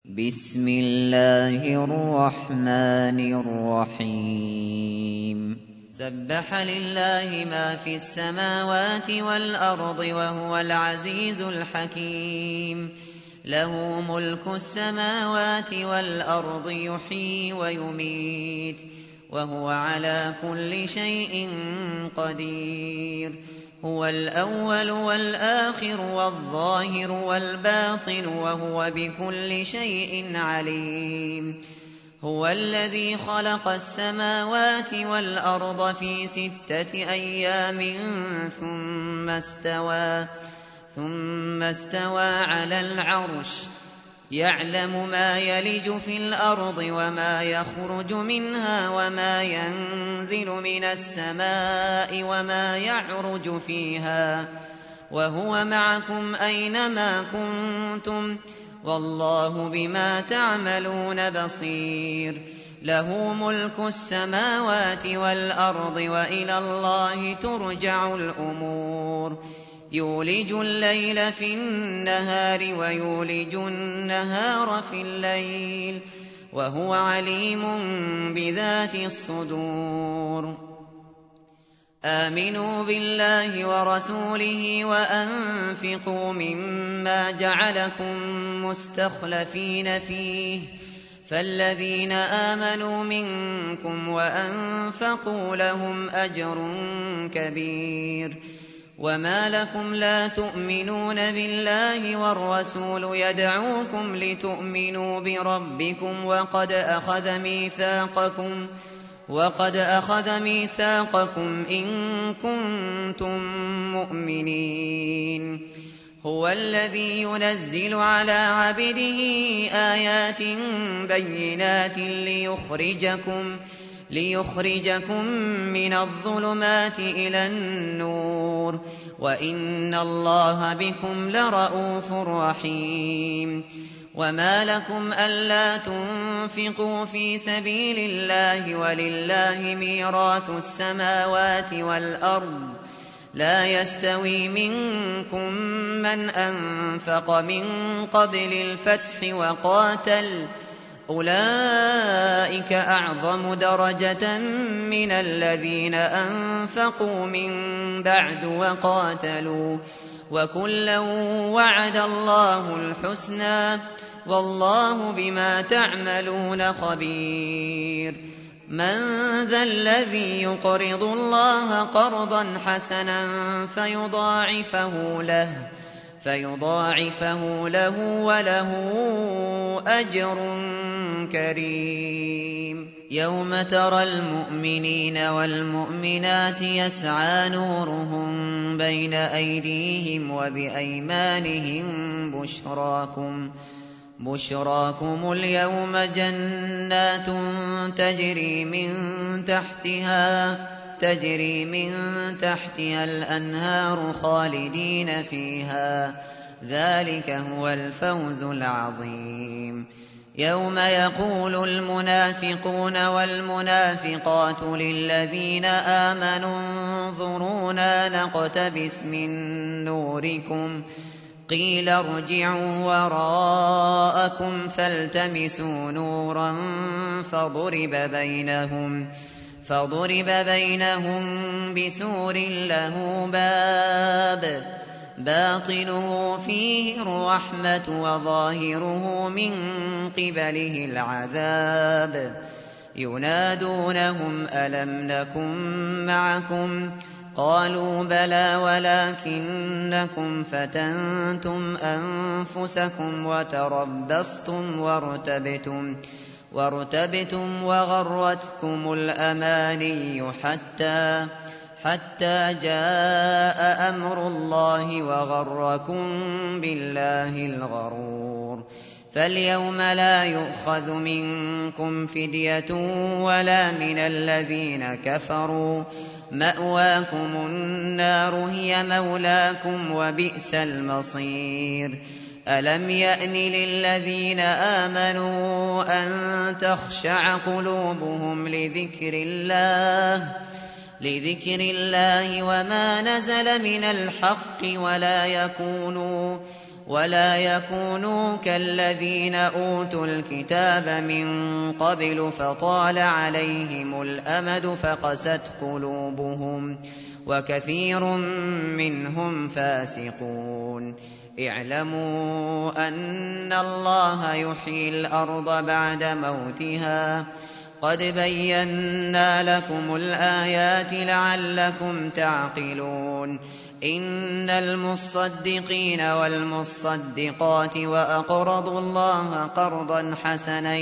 بسم الله الرحمن الرحيم سبح لله ما في السماوات والأرض وهو العزيز الحكيم له ملك السماوات والأرض يحيي ويميت وهو على كل شيء قدير هو الأول والآخر والظاهر والباطن وهو بكل شيء عليم هو الذي خلق السماوات والأرض في 6 أيام ثم استوى على العرش يعلم ما يلج في الأرض وما يخرج منها وما ينزل من السماء وما يعرج فيها وهو معكم أينما كنتم والله بما تعملون بصير له ملك السماوات والأرض وإلى الله ترجع الأمور يولج الليل في النهار ويولج النهار في الليل وهو عليم بذات الصدور آمنوا بالله ورسوله وأنفقوا مما جعلكم مستخلفين فيه فالذين آمنوا منكم وأنفقوا لهم أجر كبير وما لكم لا تؤمنون بالله والرسول يدعوكم لتؤمنوا بربكم وقد أخذ ميثاقكم إن كنتم مؤمنين هو الذي ينزل على عبده آيات بينات ليخرجكم من الظلمات إلى النور وإن الله بكم لرءوف رحيم وما لكم ألا تنفقوا في سبيل الله ولله ميراث السماوات والأرض لا يستوي منكم من أنفق من قبل الفتح وقاتل أولئك أعظم درجة من الذين أنفقوا من بعد وقاتلوا وكلا وعد الله الحسنى والله بما تعملون خبير من ذا الذي يقرض الله قرضا حسنا فيضاعفه له وله أجر كريم يوم ترى المؤمنين والمؤمنات يسعى نورهم بين أيديهم وبأيمانهم بشراكم اليوم جنات تجري من تحتها الأنهار خالدين فيها ذلك هو الفوز العظيم يوم يقول المنافقون والمنافقات للذين آمنوا انظرونا نقتبس من نوركم قيل ارجعوا وراءكم فالتمسوا نورا فضرب بينهم بسور له باب باطنه فيه الرحمة وظاهره من قبله العذاب ينادونهم ألم نكن معكم قالوا بلى ولكنكم فتنتم أنفسكم وتربصتم وارتبتم وغرتكم الأماني حتى جاء أمر الله وغركم بالله الغرور فاليوم لا يؤخذ منكم فدية ولا من الذين كفروا مأواكم النار هي مولاكم وبئس المصير ألم يأن للذين آمنوا أن تخشع قلوبهم لذكر الله وما نزل من الحق ولا يكونوا كالذين أوتوا الكتاب من قبل فطال عليهم الأمد فقست قلوبهم وكثير منهم فاسقون. اعلموا أن الله يحيي الأرض بعد موتها قد بينا لكم الآيات لعلكم تعقلون. إن المصدقين والمصدقات وأقرضوا الله قرضا حسنا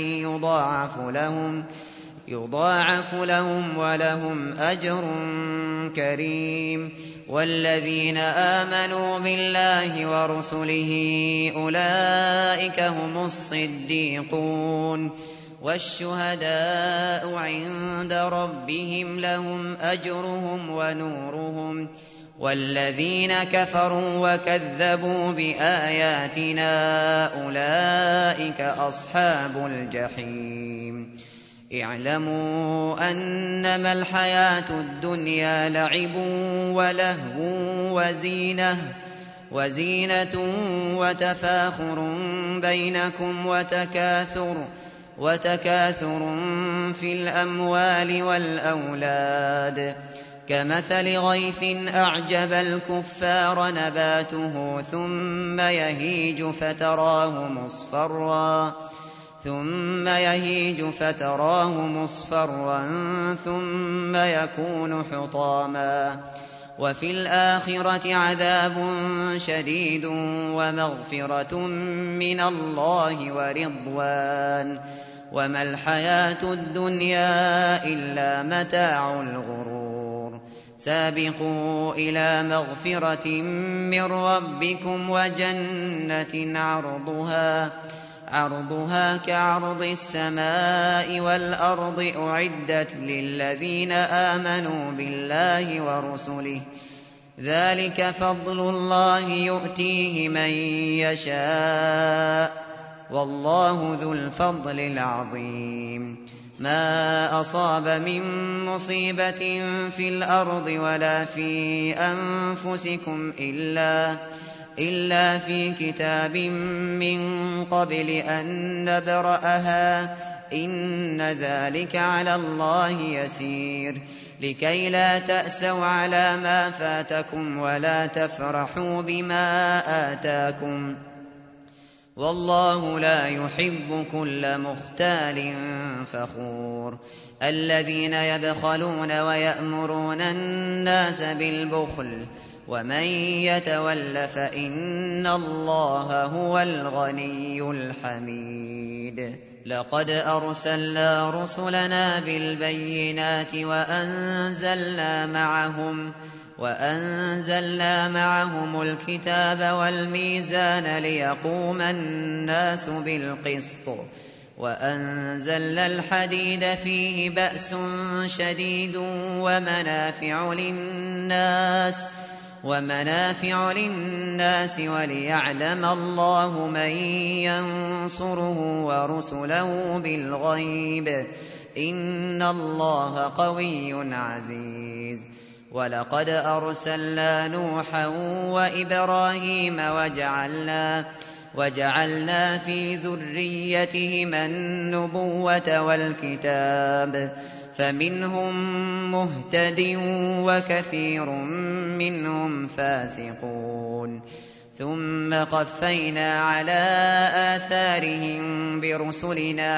يضاعف لهم ولهم أجر كريم. والذين آمنوا بالله ورسله أولئك هم الصديقون والشهداء عند ربهم لهم أجرهم ونورهم. والذين كفروا وكذبوا بآياتنا أولئك أصحاب الجحيم. اعلموا أنما الحياة الدنيا لعب ولهو وزينة وتفاخر بينكم وتكاثر في الأموال والأولاد كمثل غيث أعجب الكفار نباته ثم يهيج فتراه مصفرا ثم يكون حطاما. وفي الآخرة عذاب شديد ومغفرة من الله ورضوان وما الحياة الدنيا إلا متاع الغرور. سابقوا إلى مغفرة من ربكم وجنة عرضها كعرض السماء والأرض أعدت للذين آمنوا بالله ورسله ذلك فضل الله يؤتيه من يشاء والله ذو الفضل العظيم. ما أصاب من مصيبة في الأرض ولا في أنفسكم إلا في كتاب من قبل أن نبرأها إن ذلك على الله يسير. لكي لا تأسوا على ما فاتكم ولا تفرحوا بما آتاكم والله لا يحب كل مختال فخور. الذين يبخلون ويأمرون الناس بالبخل ومن يتول فإن الله هو الغني الحميد. لقد أرسلنا رسلنا بالبينات وأنزلنا معهم الكتاب والميزان ليقوم الناس بالقسط وأنزلنا الحديد فيه بأس شديد ومنافع للناس وليعلم الله من ينصره ورسله بالغيب إن الله قوي عزيز. ولقد أرسلنا نوحا وإبراهيم وجعلنا في ذريتهما النبوة والكتاب فمنهم مهتد وكثير منهم فاسقون. ثم قفينا على آثارهم برسلنا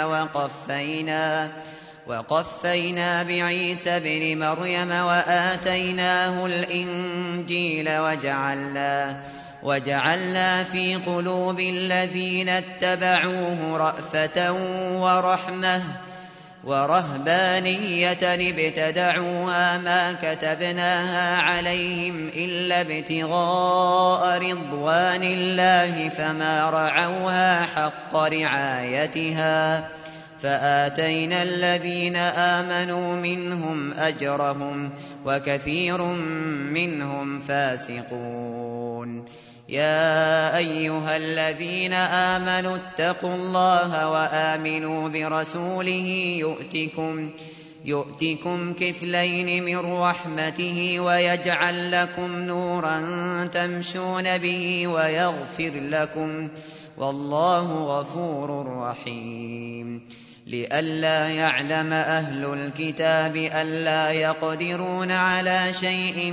وقفينا بعيسى ابن مريم وآتيناه الإنجيل وجعلنا في قلوب الذين اتبعوه رأفة ورحمة ورهبانية ابتدعوها ما كتبناها عليهم إلا ابتغاء رضوان الله فما رعوها حق رعايتها فآتينا الذين آمنوا منهم أجرهم وكثير منهم فاسقون. يا أيها الذين آمنوا اتقوا الله وآمنوا برسوله يؤتكم كفلين من رحمته ويجعل لكم نورا تمشون به ويغفر لكم، والله غفور رحيم. لئلا يعلم أهل الكتاب ألا يقدرون على شيء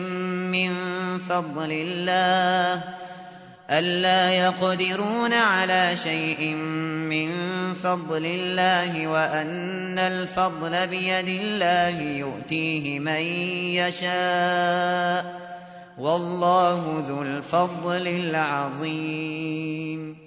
من فضل الله وأن الفضل بيد الله يؤتيه من يشاء، والله ذو الفضل العظيم.